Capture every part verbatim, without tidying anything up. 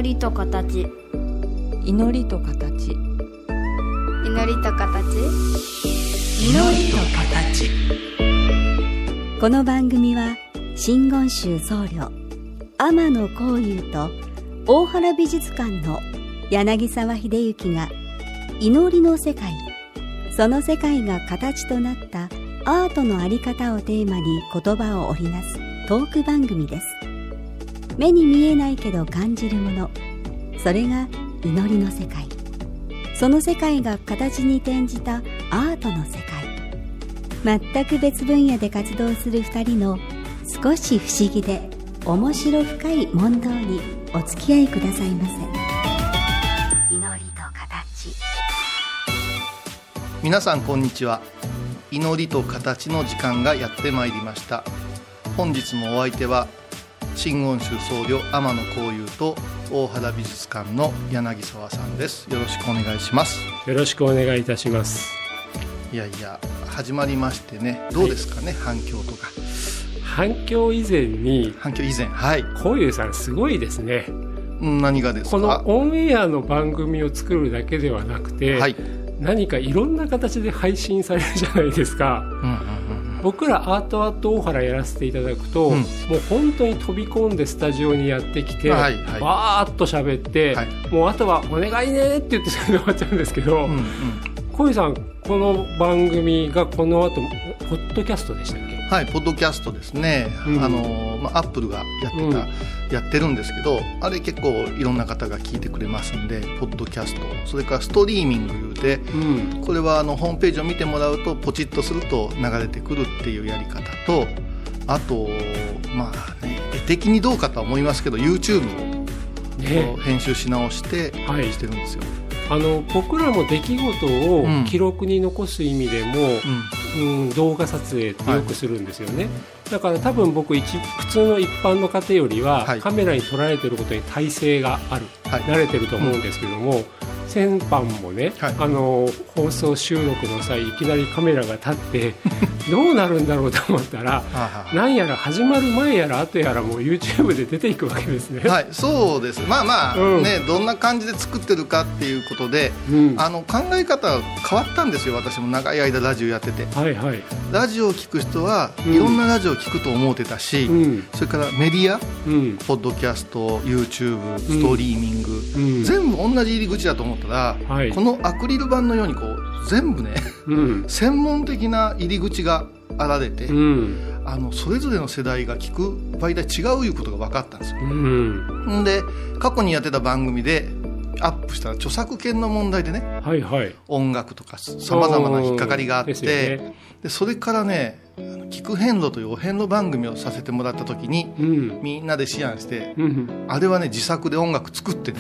祈りと形、 祈りと形、 祈りと形、 祈りと形。 この番組は真言宗僧侶天野幸雄と大原美術館の柳沢秀行が祈りの世界、その世界が形となったアートのあり方をテーマに言葉を織りなすトーク番組です。目に見えないけど感じるもの、それが祈りの世界。その世界が形に転じたアートの世界。全く別分野で活動する二人の少し不思議で面白深い問答にお付き合いくださいませ。祈りと形。 皆さんこんにちは。祈りと形の時間がやってまいりました。本日もお相手は真言宗僧侶天野幸雄と大原美術館の柳沢さんです。よろしくお願いします。 よろしくお願いいたします。 いやいや始まりましてね、どうですかね、はい、反響とか。 反響以前に反響以前はい幸雄さんすごいですね。 何がですか。 このオンエアの番組を作るだけではなくて、はい、何かいろんな形で配信されるじゃないですか、うんうんうん、僕らアートアート大原やらせていただくと、うん、もう本当に飛び込んでスタジオにやってきて、はいはい、バーッと喋って、はい、もうあとはお願いねって言ってそれで終わっちゃうんですけど、うんうん、小井さんこの番組がこの後ポッドキャストでしたっけ。 はい、ポッドキャストですね、うん、あのまあ、アップルがやってた、うん、やってるんですけど、あれ結構いろんな方が聞いてくれますんで、ポッドキャスト、それからストリーミングで、うん、これはあのホームページを見てもらうとポチッとすると流れてくるっていうやり方と、あとまあね、絵的にどうかとは思いますけど YouTube を編集し直してしてるんですよ、はい。 あの僕らも出来事を記録に残す意味でも、うんうん、動画撮影ってよくするんですよね、はい、だから多分僕一普通の一般の方よりは、はい、カメラに撮られてることに耐性がある、はい、慣れてると思うんですけども、うん、先般もね、はい、あの放送収録の際いきなりカメラが立ってどうなるんだろうと思ったら何やら始まる前やら後やらもう YouTube で出ていくわけですね。 はい、そうです。まあまあ、うん、ね、どんな感じで作ってるかっていうことで、うん、あの考え方変わったんですよ。私も長い間ラジオやってて、はいはい、ラジオを聞く人はいろんなラジオを聞くと思ってたし、うん、それからメディア、うん、ポッドキャスト、 YouTube、ストリーミング、うん、全部同じ入り口だと思ったら、はい、このアクリル板のようにこう全部ね、うん、専門的な入り口があられて、うん、あのそれぞれの世代が聞く媒体違ういうことが分かったんですよ、うん、で過去にやってた番組でアップしたら著作権の問題でね、はいはい、音楽とかさまざまな引っかかりがあって、ね、でそれからね、聞く遍路というお遍路番組をさせてもらった時に、うん、みんなで思案して、うん、あれはね自作で音楽作ってね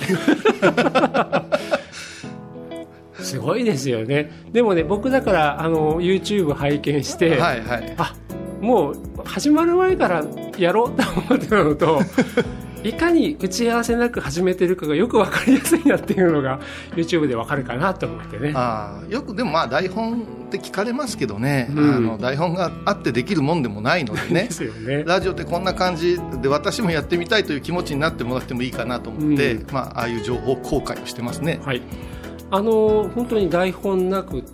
すごいですよね。でもね、僕だからあの YouTube 拝見して、はいはい、あ、もう始まる前からやろうと思ってたのといかに打ち合わせなく始めてるかがよく分かりやすいなっていうのが YouTube で分かるかなと思ってね。 あ、よくでもまあ台本って聞かれますけどね、うん、あの台本があってできるもんでもないので ね, ですよね。ラジオってこんな感じで私もやってみたいという気持ちになってもらってもいいかなと思って、うん、まあ、ああいう情報公開をしてますね。はい、 あの本当に台本なくって、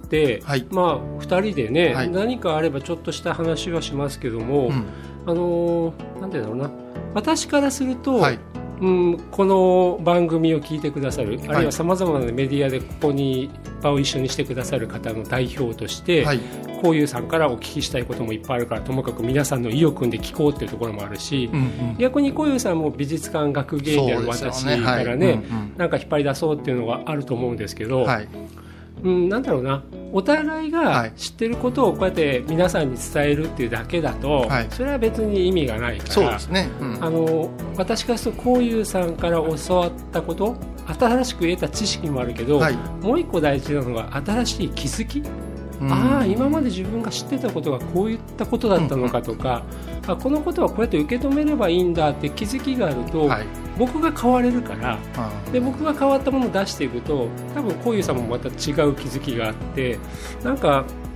はい、まあ、ふたりでね、はい、何かあればちょっとした話はしますけども、うん、あのなんていうんだろうな、私からすると、はい、うん、この番組を聞いてくださる、あるいはさまざまなメディアでここに場を一緒にしてくださる方の代表として、はい、幸雄さんからお聞きしたいこともいっぱいあるから、ともかく皆さんの意を組んで聞こうっていうところもあるし、うんうん、逆に幸雄さんも美術館学芸員である私からね、はい、うんうん、なんか引っ張り出そうっていうのがあると思うんですけど、はい、うん、なんだろうな、お互いが知ってることをこうやって皆さんに伝えるっていうだけだと、はい、それは別に意味がないから、そうですね、うん、あの私からすると幸雄さんから教わったこと、新しく得た知識もあるけど、はい、もう一個大事なのが新しい気づき、うん、ああ、今まで自分が知ってたことがこういったことだったのかとか、うん、あ、このことはこうやって受け止めればいいんだって気づきがあると、はい、僕が変われるから、で僕が変わったものを出していくと、多分幸雄さんもまた違う気づきがあって、なんか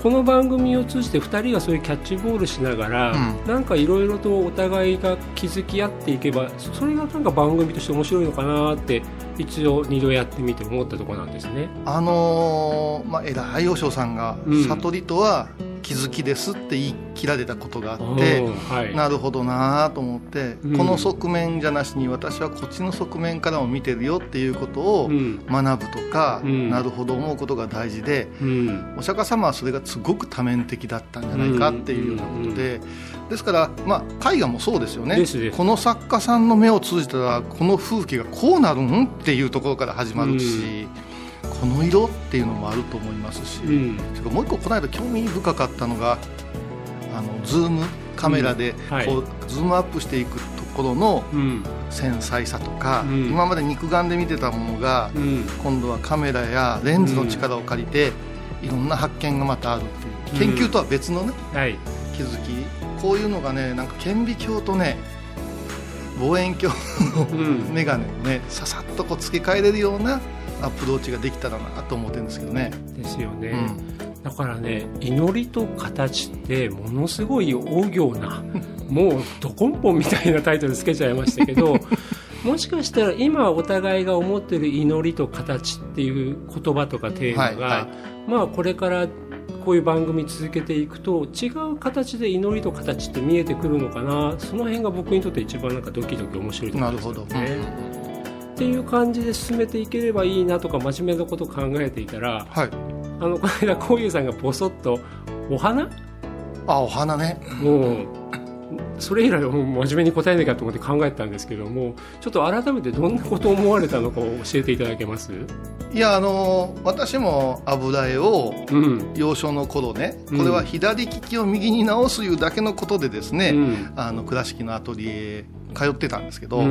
この番組を通じてふたりがそういうキャッチボールしながら、うん、なんかいろいろとお互いが気づき合っていけばそれがなんか番組として面白いのかなって一度二度やってみて思ったところなんですね。 あのーまあ、偉い和尚さんが、うん、悟りとは気づきですって言い切られたことがあって、はい、なるほどなと思って、うん、この側面じゃなしに私はこっちの側面からも見てるよっていうことを学ぶとか、うん、なるほど思うことが大事で、うん、お釈迦様はそれがすごく多面的だったんじゃないかっていうようなことで、うん、ですから、まあ、絵画もそうですよね。ですです。この作家さんの目を通じたらこの風景がこうなるんっていうところから始まるし、うん、この色っていうのもあると思いますし、うん、それからもう一個この間興味深かったのがあのズームカメラでこう、うんはい、ズームアップしていくところの繊細さとか、うん、今まで肉眼で見てたものが、うん、今度はカメラやレンズの力を借りて、うん、いろんな発見がまたあるっていう、うん、研究とは別のね、はい、気づき、こういうのがねなんか顕微鏡とね望遠鏡の眼鏡をねささっとこう付け替えれるようなアプローチができたらなと思ってるんですけどね。 ですよね、うん、だからね祈りと形ってものすごい大行なもうど根本みたいなタイトルつけちゃいましたけどもしかしたら今お互いが思ってる祈りと形っていう言葉とかテーマが、はいはい、まあこれからこういう番組続けていくと違う形で祈りと形って見えてくるのかな。その辺が僕にとって一番なんかドキドキ面白いところですよね。なるほど、うん、っていう感じで進めていければいいなとか真面目なことを考えていたら、はい、あのこの間こういうさんがボソッとお花あお花ねもうそれ以来は真面目に答えなきゃと思って考えたんですけども、ちょっと改めてどんなことを思われたのかを教えていただけます？ いやあの私も油絵を幼少の頃ね、うん、これは左利きを右に直すいうだけのことでですね、うん、あの倉敷のアトリエ通ってたんですけど、うん、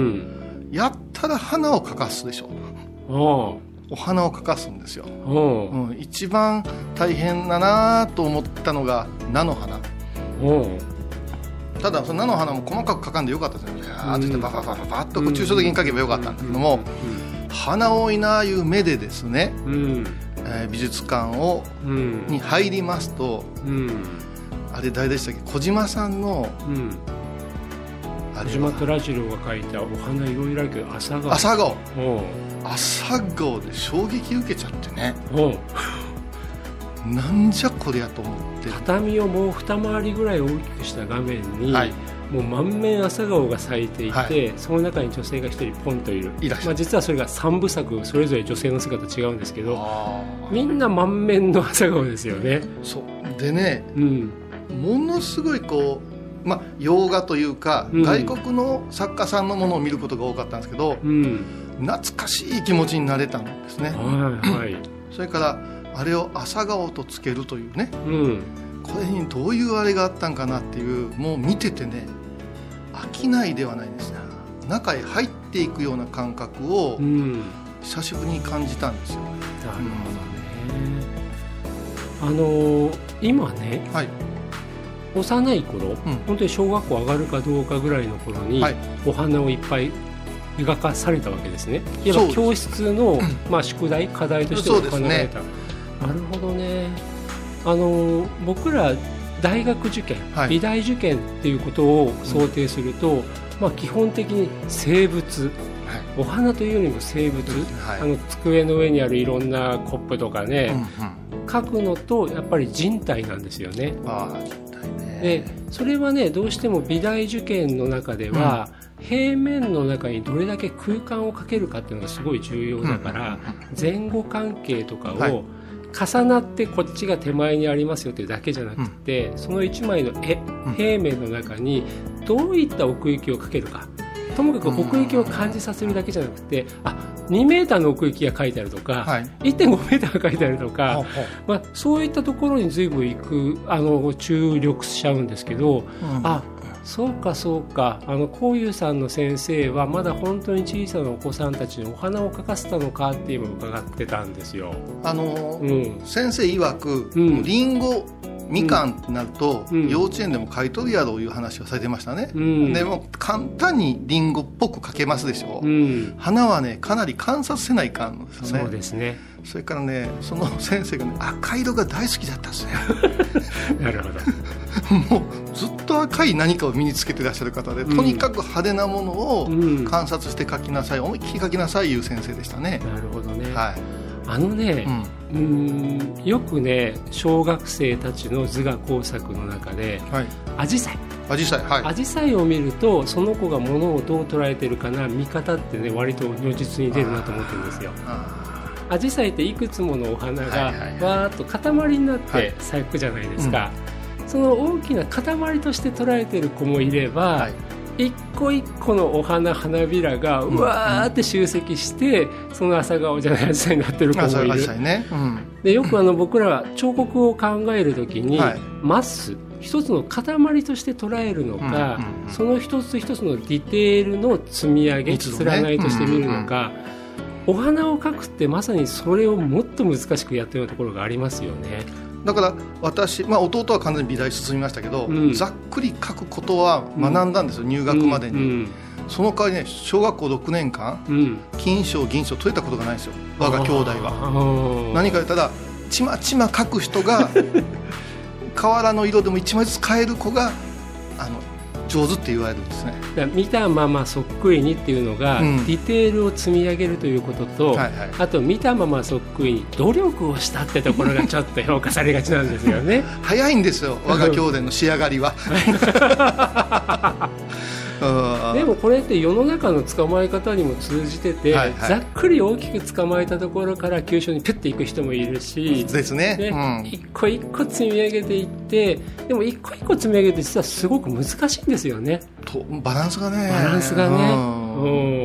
やったら花を描かすでしょ。お花を描かすんですよ、うん、一番大変だなと思ったのが菜の花。おただその菜の花も細かく描かんでよかったですね。バーッとバババババッと抽象的に描けばよかったんだけども、花多いないう目でですね、うんえー、美術館を、うん、に入りますと、うん、あれ誰でしたっけ小島さんの、うん、 小島虎次郎が描いたお花いろいろあるけど朝顔朝顔朝顔で衝撃受けちゃってねなんじゃこりゃと思って畳をもう二回りぐらい大きくした画面に、はい、もう満面朝顔が咲いていて、はい、その中に女性が一人ポンといるいらっしゃる、まあ、実はそれが三部作それぞれ女性の姿違うんですけどみんな満面の朝顔ですよね。 そうでね、うん、ものすごいこう、まあ、洋画というか、うん、外国の作家さんのものを見ることが多かったんですけど、うん、懐かしい気持ちになれたんですね、はいはい、それからあれを朝顔とつけるというね、うん、これにどういうあれがあったんかなっていうもう見ててね飽きないではないですね。中へ入っていくような感覚を久しぶりに感じたんですよね、 うん、なるほどね。あのー、今ね、はい、幼い頃、うん、本当に小学校上がるかどうかぐらいの頃に、はい、お花をいっぱい描かされたわけですね。いわば教室の、まあ、宿題課題としてお花が出た。なるほどね。あの僕ら大学受験、はい、美大受験っていうことを想定すると、うんまあ、基本的に生物、はい、お花というよりも生物、はい、あの机の上にあるいろんなコップとかね、うんうん、描くのとやっぱり人体なんですよね。あ人体ね。でそれはねどうしても美大受験の中では、うん、平面の中にどれだけ空間をかけるかっていうのがすごい重要だから、うん、前後関係とかを、はい重なってこっちが手前にありますよというだけじゃなくて、うん、そのいちまいの絵、うん、平面の中にどういった奥行きをかけるか、ともかく奥行きを感じさせるだけじゃなくて、あにメーターの奥行きが書いてあるとか、はい、いってんごメーターが書いてあるとか、はいまあ、そういったところに随分行くあの注力しちゃうんですけど、うん、あそうかそうかあのこういうさんの先生はまだ本当に小さなお子さんたちにお花を描かせたのかっていうのを伺ってたんですよ。 あの、うん、先生曰く、うん、リンゴみかんってなると、うん、幼稚園でも買い取るやろういう話をされてましたね、うん、でも簡単にリンゴっぽく描けますでしょ、うん、花はねかなり観察せないかんのですよね。 そうですね。 それからねその先生がね赤色が大好きだったんですねなるほど。 もうずっと赤い何かを身につけてらっしゃる方で、うん、とにかく派手なものを観察して描きなさい、うん、思いっきり描きなさいいう先生でしたね。 なるほどね、 はい、 あのね、うん、うーんよくね小学生たちの図画工作の中で、はい、アジサイアジサイ、はい、 アジサイを見るとその子がものをどう捉えてるかな見方ってね割と如実に出るなと思ってるんですよ。アジサイっていくつものお花がわーっと塊になって咲くじゃないですか、はいうん、その大きな塊として捉えてる子もいれば、はい、一個一個のお花花びらがうわーって集積して、うん、その朝顔じゃないアジサイになってる子もいる、 ねうん、 でよくあの僕ら彫刻を考えるときに、はい、マス一つの塊として捉えるのか、うんうんうん、その一つ一つのディテールの積み上げ、連なりとして見るのか、うんうんうんお花を描くってまさにそれをもっと難しくやってるところがありますよね。 だから私、まあ、弟は完全に美大進みましたけど、うん、ざっくり描くことは学んだんですよ、うん、入学までに、うんうん、その代わりね小学校ろくねんかん、うん、金賞銀賞取れたことがないんですよ我が兄弟は。何か言ったらちまちま描く人が瓦の色でもいちまいずつ変える子があの上手って言われるんですね。 だ見たままそっくりにっていうのが、うん、ディテールを積み上げるということと、はいはい、あと見たままそっくりに努力をしたってところがちょっと評価されがちなんですよね早いんですよ我が兄弟の仕上がりはでもこれって世の中の捕まえ方にも通じてて、はいはい、ざっくり大きく捕まえたところから急所にピュッていく人もいるしですね、 で、うん、一個一個積み上げていってでも一個一個積み上げて実はすごく難しいんですよねとバランスがねバランスがね、うん、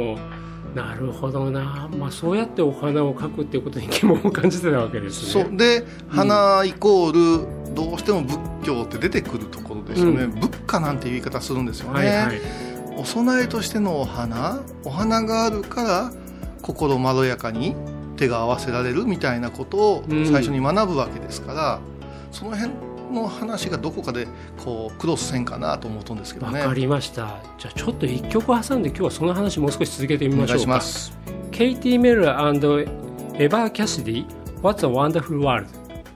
なるほどな、まあ、そうやってお花を描くっていうことに疑問を感じてたわけですね。 そうで花イコールどうしても仏教って出てくるところですよね、うん、仏花なんていう言い方するんですよね、はいはい、お供えとしてのお花お花があるから心まろやかに手が合わせられるみたいなことを最初に学ぶわけですから、うん、その辺の話がどこかでこうクロスせんかなと思うんですけどね。 わかりました。じゃあちょっと一曲挟んで今日はその話もう少し続けてみましょうか。お願いします。ケイティ・メルエバー・キャシディ What's a Wonderful World。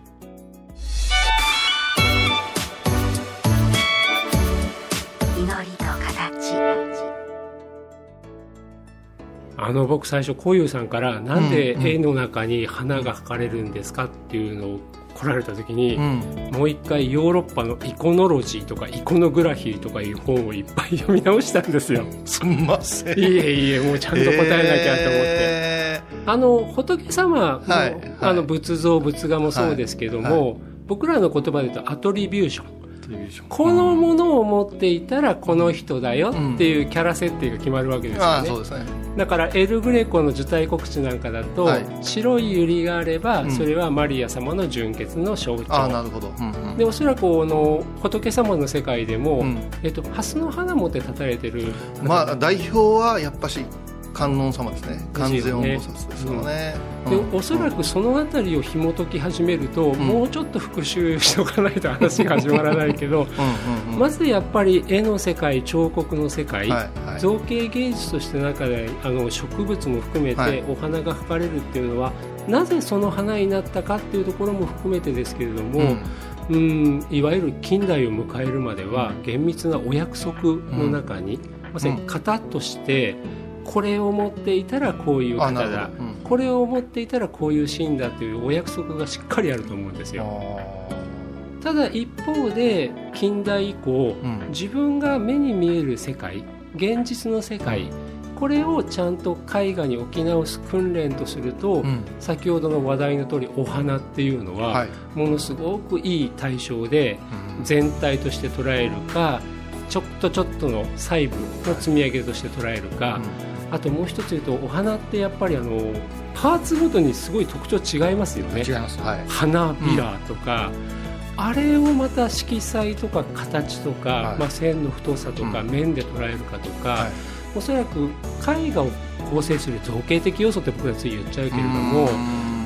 あの僕最初こういうさんからなんで絵の中に花が描かれるんですかっていうのを来られた時に、うん、もう一回ヨーロッパのイコノロジーとかイコノグラフィーとかいう本をいっぱい読み直したんですよ。 すんません。 いえいえもうちゃんと答えなきゃと思って、えー、あの仏様の、はいはい、あの仏像仏画もそうですけども、はいはい、僕らの言葉で言うとアトリビューションこのものを持っていたらこの人だよっていうキャラ設定が決まるわけですよね、うん、あそうですね。だからエル・グレコの受胎告知なんかだと、はい、白い百合があればそれはマリア様の純血の象徴、うん、あなるほど、うんうん、でおそらくこの仏様の世界でも、うんえっと、蓮の花持って立たれてる、 まあ、代表はやっぱし観音様ですね。観世音菩薩ですよね。 でおそらくそのあたりを紐解き始めると、うん、もうちょっと復習しとかないと話が始まらないけどうんうん、うん、まずやっぱり絵の世界彫刻の世界、はいはい、造形芸術として中であの植物も含めてお花が描かれるっていうのは、はい、なぜその花になったかっていうところも含めてですけれども、うんうんいわゆる近代を迎えるまでは厳密なお約束の中に、うん、まさに型としてこれを持っていたらこういう方だ、うん、これを持っていたらこういうシーンだというお約束がしっかりあると思うんですよ。ただ一方で近代以降、うん、自分が目に見える世界現実の世界これをちゃんと絵画に置き直す訓練とすると、うん、先ほどの話題の通りお花っていうのは、はい、ものすごくいい対象で、うん、全体として捉えるかちょっとちょっとの細部の積み上げとして捉えるか、うん、あともう一つ言うとお花ってやっぱりあのパーツごとにすごい特徴違いますよね。 違います、はい、 花びらとか、うん、あれをまた色彩とか形とか、はいまあ、線の太さとか、うん、面で捉えるかとか、はい、おそらく絵画を構成する造形的要素って僕らつい言っちゃうけれども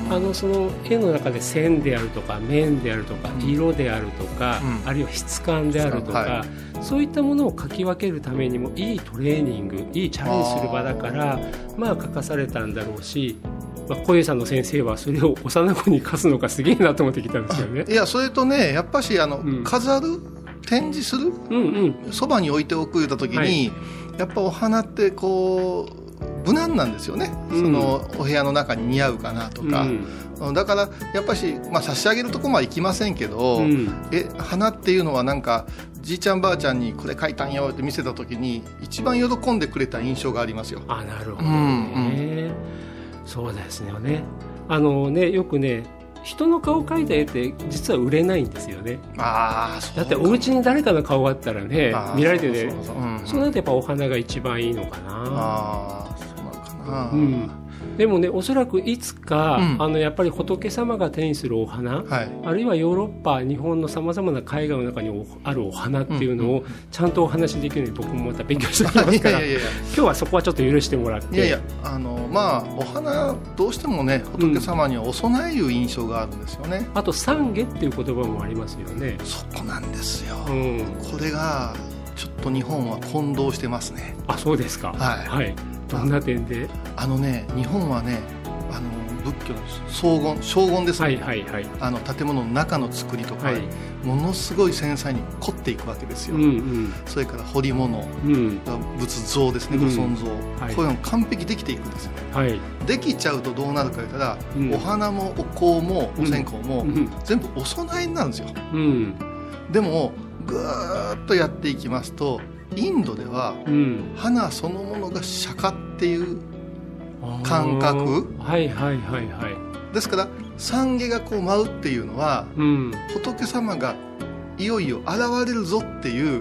あのその絵の中で線であるとか面であるとか色であるとか、うん、あるいは質感であるとか、はい、そういったものを描き分けるためにもいいトレーニング、いいチャレンジする場だからまあ描かされたんだろうし、まあ、小遊さんの先生はそれを幼子に課すのかすげえなと思ってきたんですよね。 いやそれとねやっぱしあの、うん、飾る展示する、うんうん、そばに置いておく言った時に、はい、やっぱお花ってこう無難なんですよね、うん、そのお部屋の中に似合うかなとか、うん、だからやっぱし、まあ、差し上げるとこまでいきませんけど、うん、え花っていうのはなんかじいちゃんばあちゃんにこれ描いたんよって見せた時に一番喜んでくれた印象がありますよ。 あ、なるほどね、うんうん、そうですよね。あのねよくね人の顔描いた絵って実は売れないんですよね。あそうだってお家に誰かの顔があったらね見られてて、そうなるとやっぱお花が一番いいのかな。あそうなのかな、うん、でもねおそらくいつか、うん、あのやっぱり仏様が手にするお花、はい、あるいはヨーロッパ日本のさまざまな絵画の中にあるお花っていうのをちゃんとお話しできるように僕もまた勉強しておきますからいやいやいや今日はそこはちょっと許してもらって。 いやいやあのまあお花どうしてもね仏様にはお供えいう印象があるんですよね、 うん、あと懺悔っていう言葉もありますよね。 そこなんですよ、うん、これがちょっと日本は混同してますね。 あ、そうですか。はい、はい、どんな点で？ あのね日本はねあの仏教の荘厳荘厳ですね、はいはいはい、あの建物の中の作りとか、はい、ものすごい繊細に凝っていくわけですよ、うんうん、それから彫り物、うん、仏像ですね、ご尊像、うんはい、こういうの完璧できていくんですよね、はい、できちゃうとどうなるか言ったら、うん、お花もお香もお線香も、うん、全部お供えになるんですよ、うん、でもぐーっとやっていきますとインドでは、うん、花そのものが釈迦っていう感覚、はいはいはいはい、ですから懺悔がこう舞うっていうのは、うん、仏様がいよいよ現れるぞっていう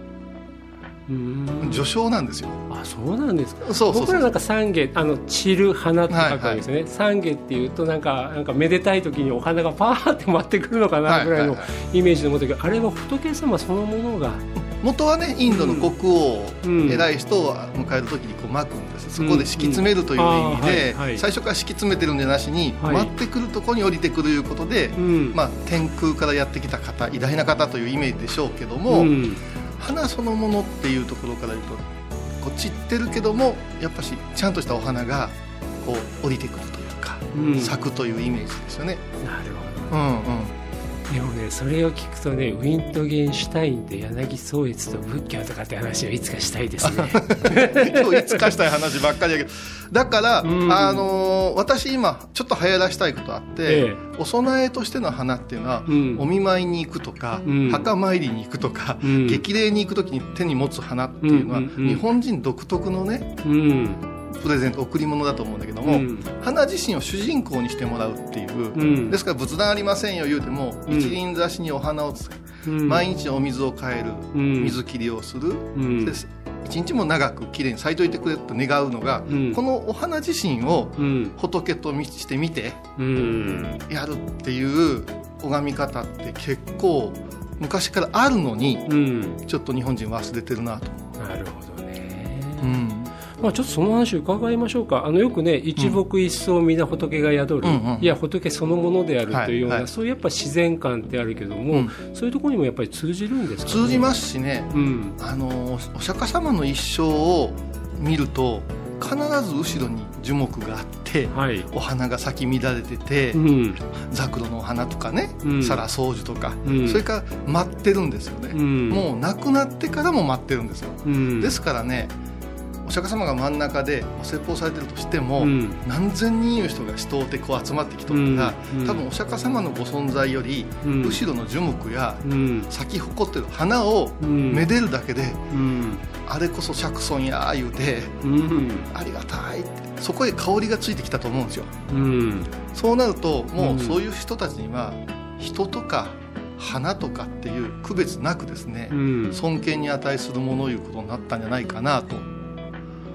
序章なんですよ。 あ、そうなんですか。そうそうそう、僕らなんか懺悔あの散る花とか書くんですね、はいはい、懺悔っていうとなんか、なんかめでたい時にお花がパーって舞ってくるのかなぐらいのイメージで思ったけど、はいはいはい、あれは仏様そのものが元はねインドの国王、うん、偉い人を迎える時にこう巻くんです。そこで敷き詰めるという意味で、うんうん、最初から敷き詰めてるんじゃなしに、はい、舞ってくるところに降りてくるということで、うん、まあ、天空からやってきた方偉大な方というイメージでしょうけども、うん、花そのものっていうところから言うとこう散ってるけどもやっぱしちゃんとしたお花がこう降りてくるというか、うん、咲くというイメージですよね。 なるほど、うんうん、でもねそれを聞くとねウィントゲンシュタインと柳宗悦と仏教とかって話をいつかしたいですね今日いつかしたい話ばっかりだけどだから、うん、あのー、私今ちょっと流行らしたいことあって、ええ、お供えとしての花っていうのは、うん、お見舞いに行くとか、うん、墓参りに行くとか、うん、激励に行くときに手に持つ花っていうのは、うんうんうん、日本人独特のね、うん、プレゼント贈り物だと思うんだけども、うん、花自身を主人公にしてもらうっていう、うん、ですから仏壇ありませんよ言うても、うん、一輪挿しにお花をつけ、うん、毎日お水を変える、うん、水切りをする、うん、です一日も長くきれいに咲いといてくれと願うのが、うん、このお花自身を仏として見てやるっていう拝み方って結構昔からあるのに、うん、ちょっと日本人忘れてるなと思う。 なるほどね、うん、まあ、ちょっとその話伺いましょうか。あのよくね一木一草皆仏が宿る、うんうん、いや仏そのものであるというような、はいはい、そういうやっぱ自然観ってあるけども、うん、そういうところにもやっぱり通じるんですかね。 通じますしね、うん、あのお釈迦様の一生を見ると必ず後ろに樹木があって、はい、お花が咲き乱れてて、うん、ザクロのお花とかね、うん、サラソウジュとか、うん、それから待ってるんですよね、うん、もう亡くなってからも待ってるんですよ、うん、ですからねお釈迦様が真ん中で説法されてるとしても、うん、何千人の人が人でこう集まってきとったら、うん、多分お釈迦様のご存在より、うん、後ろの樹木や、うん、咲き誇ってる花をめでるだけで、うん、あれこそ釈尊や言うて、うん、ありがたいってそこへ香りがついてきたと思うんですよ、うん、そうなるともうそういう人たちには人とか花とかっていう区別なくですね、うん、尊敬に値するものいうことになったんじゃないかなと。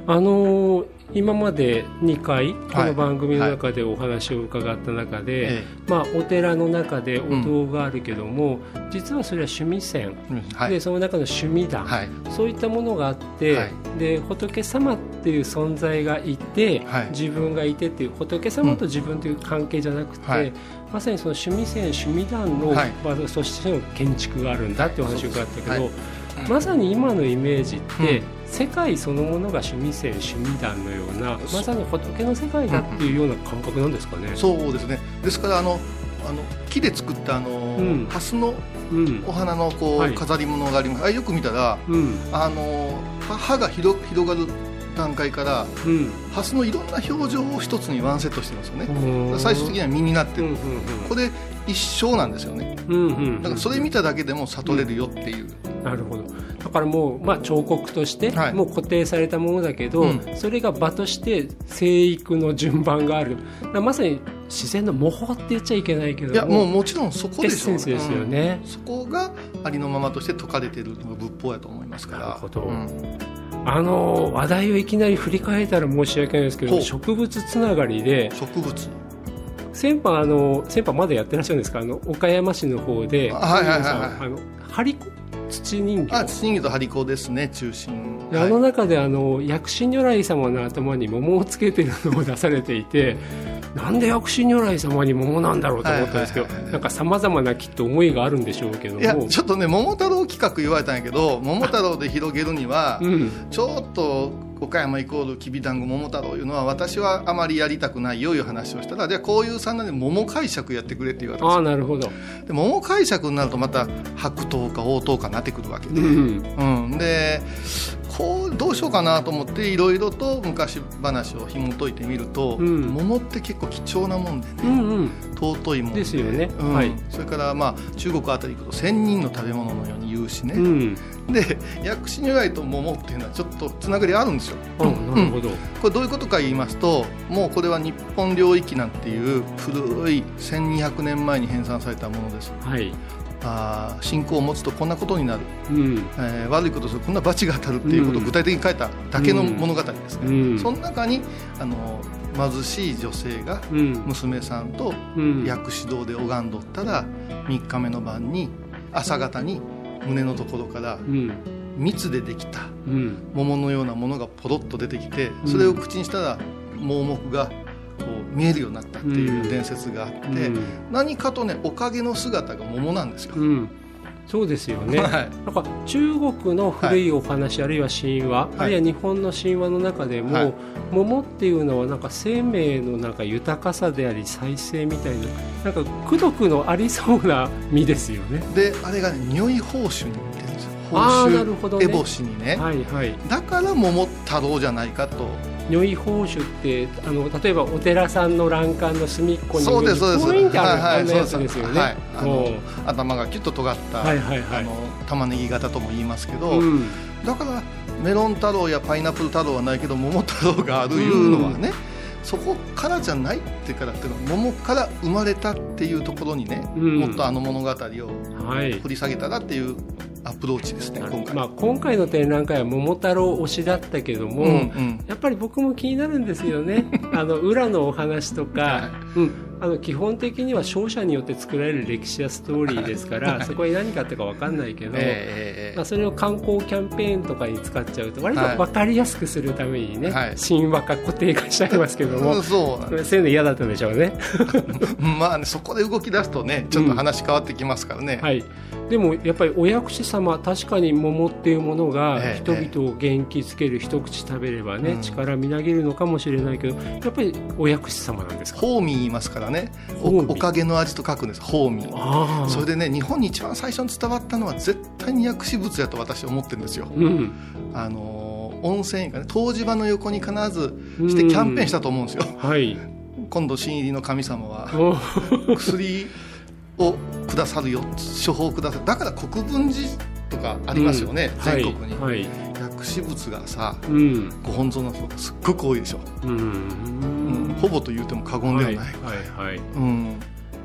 あのー、今までにかいこの番組の中でお話を伺った中で、はいはい、まあ、お寺の中でお堂があるけども、うん、実はそれは趣味線、うんはい、でその中の趣味団、はい、そういったものがあって、はい、で仏様っていう存在がいて、はい、自分がいてっていう仏様と自分という関係じゃなくて、うんはい、まさにその趣味線趣味団の、はい、まあ、そしての建築があるんだっていうお話を伺ったけど、はい、まさに今のイメージって、うん、世界そのものが趣味線趣味団のようなまさに仏の世界だっていうような感覚なんですかね。 うん、そうですね。ですからあのあの木で作ったあの、うん、ハスのお花のこう、はい、飾り物があります。あれよく見たら、うん、あの葉が広、広がる段階から、うん、ハスのいろんな表情を一つにワンセットしてますよね。最終的には実になってる、うんうんうん、これ一生なんですよね、うんうんうん、だからそれ見ただけでも悟れるよっていう、 うん、なるほど。だからもう、まあ、彫刻としてもう固定されたものだけど、はい、それが場として生育の順番がある。まさに自然の模倣って言っちゃいけないけども、 いやもうもちろんそこでしょう、 エッセンスですよね、 うん、そこがありのままとして説かれているのが仏法やと思いますから。 なるほど、うん、あの話題をいきなり振り返ったら申し訳ないですけど、植物つながりで植物先般あの先般まだやってらっしゃるんですか。あの岡山市の方で、はいはいはいはい、あの張り子土人形、 あ土人形と張り子ですね、中心。 あの中であの薬師如来様の頭に桃をつけているのを出されていてなんで薬師如来様に桃なんだろうと思ったんですけど、はいはいはいはい、なんかさまざまなきっと思いがあるんでしょうけども、 いやちょっとね桃太郎企画言われたんやけど、桃太郎で広げるには、うん、ちょっと岡山イコールきびだんご桃太郎いうのは私はあまりやりたくないよいう話をしたら、でこういうさんなんで桃解釈やってくれって言われたんですよ。 あ、なるほど。 で桃解釈になるとまた白桃か黄桃かなってくるわけで、うんうん、でこうどうしようかなと思っていろいろと昔話を紐解いてみると、うん、桃って結構貴重なもんでね、うんうん、尊いもん で, ですよね、 うんはい、 それからまあ中国あたり行くと仙人の食べ物のように言うしね、うん、で薬師如来と桃っていうのはちょっとつながりあるんですよ。 あ、なるほど、うん、 これどういうことか言いますと、もうこれは日本領域なんていう古いせんにひゃくねんまえに編纂されたものです、はい、あ信仰を持つとこんなことになる、うんえー、悪いことするとこんな罰が当たるっていうことを具体的に書いただけの物語ですね、うんうん、その中にあの貧しい女性が娘さんと薬師堂で拝んどったらみっかめの晩に朝方に胸のところから蜜でできた桃のようなものがポロッと出てきて、それを口にしたら盲目がこう見えるようになったっていう伝説があって、何かとねおかげの姿が桃なんですよ、うん、 そうですよね、はい、なんか中国の古いお話、はい、あるいは神話、はい、あるいは日本の神話の中でも、はい、桃っていうのはなんか生命のなんか豊かさであり再生みたいな、なんか功徳のありそうな実ですよね。 であれがね如意宝珠に似てるんですよ。 あ、なるほどね、 烏帽子にね、はいはい、だから桃太郎じゃないかと。 如意宝珠ってあの例えばお寺さんの欄干の隅っこにそうですそうです、 ポインってある、はいはい、あのやつですよね、はい、 あの頭がキュッと尖った、はいはいはい、あの玉ねぎ型とも言いますけど、うん、だからメロン太郎やパイナップル太郎はないけど桃太郎があるいうのはね、うん、そこからじゃないってからっていうのは桃から生まれたっていうところにね、うん、もっとあの物語を掘り下げたらっていうアプローチですね、今回。 まあ、今回の展覧会は桃太郎推しだったけども、うんうん、やっぱり僕も気になるんですよねあの裏のお話とか、はい、うん、あの基本的には商社によって作られる歴史やストーリーですから、はい、そこに何かあったか分かんないけど、えーまあ、それを観光キャンペーンとかに使っちゃうと割と分かりやすくするためにね、はい、神話化固定化しちゃいますけども、そうそういうの嫌だったんでしょうねまあね、そこで動き出すとねちょっと話変わってきますからね、 うん、はい、でもやっぱりお薬師様、確かに桃っていうものが人々を元気づける、一口食べればね、うん、力みなぎるのかもしれないけど、やっぱりお薬師様なんですか。 ホーミー言いますからね、 お, おかげの味と書くんです、ホーミー。それでね、日本に一番最初に伝わったのは絶対に薬師仏やと私は思ってるんですよ、うん、あの温泉がね、湯治場の横に必ずしてキャンペーンしたと思うんですよ、うん、はい、今度新入りの神様は薬をくださるよ、処方くださる、だから国分寺とかありますよね、うん、全国に、はいはい、薬師仏がさ、うん、ご本尊の人がすっごく多いでしょ、うんうん、ほぼと言うても過言ではない、はいはいはい、うん、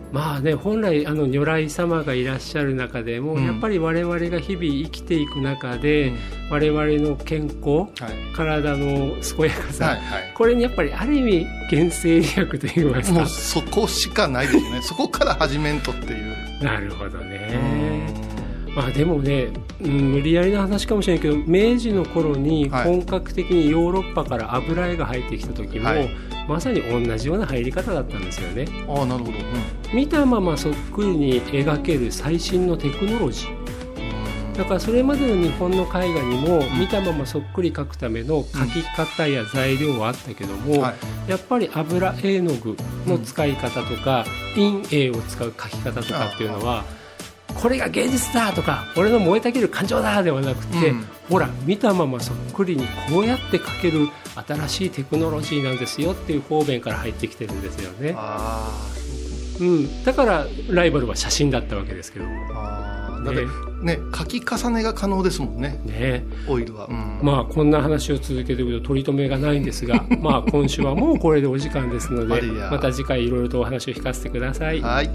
まあね、本来あの如来様がいらっしゃる中でも、うん、やっぱり我々が日々生きていく中で、うん、我々の健康、はい、体の健やかさ、はいはい、これにやっぱりある意味原生理学といいますか、 もうそこしかないですねそこから始めんとっていう。 なるほどね。まあ、でもね、うん、無理やりな話かもしれないけど、明治の頃に本格的にヨーロッパから油絵が入ってきた時も、はい、まさに同じような入り方だったんですよね。 ああ、なるほど、うん、 見たままそっくりに描ける最新のテクノロジーだから、それまでの日本の絵画にも見たままそっくり描くための描き方や材料はあったけども、うんはい、やっぱり油絵の具の使い方とか、うん、陰影を使う描き方とかっていうのは、これが芸術だとか俺の燃えたぎる感情だではなくて、うん、ほら見たままそっくりにこうやって描ける新しいテクノロジーなんですよっていう方面から入ってきてるんですよね。 あ、 うん、だからライバルは写真だったわけですけども。 あ、だってね、書き重ねが可能ですもん ね, ねオイルは、うん、 まあこんな話を続けていくと取り留めがないんですがまあ今週はもうこれでお時間ですのでまた次回いろいろとお話を聞かせてください。 はい。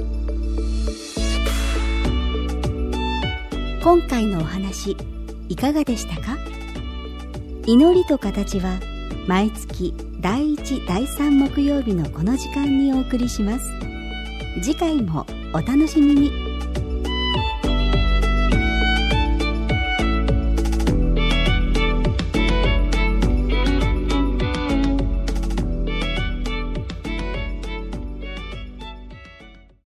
今回のお話いかがでしたか？祈りと形は毎月だいいち、だいさん木曜日のこの時間にお送りします。次回もお楽しみに。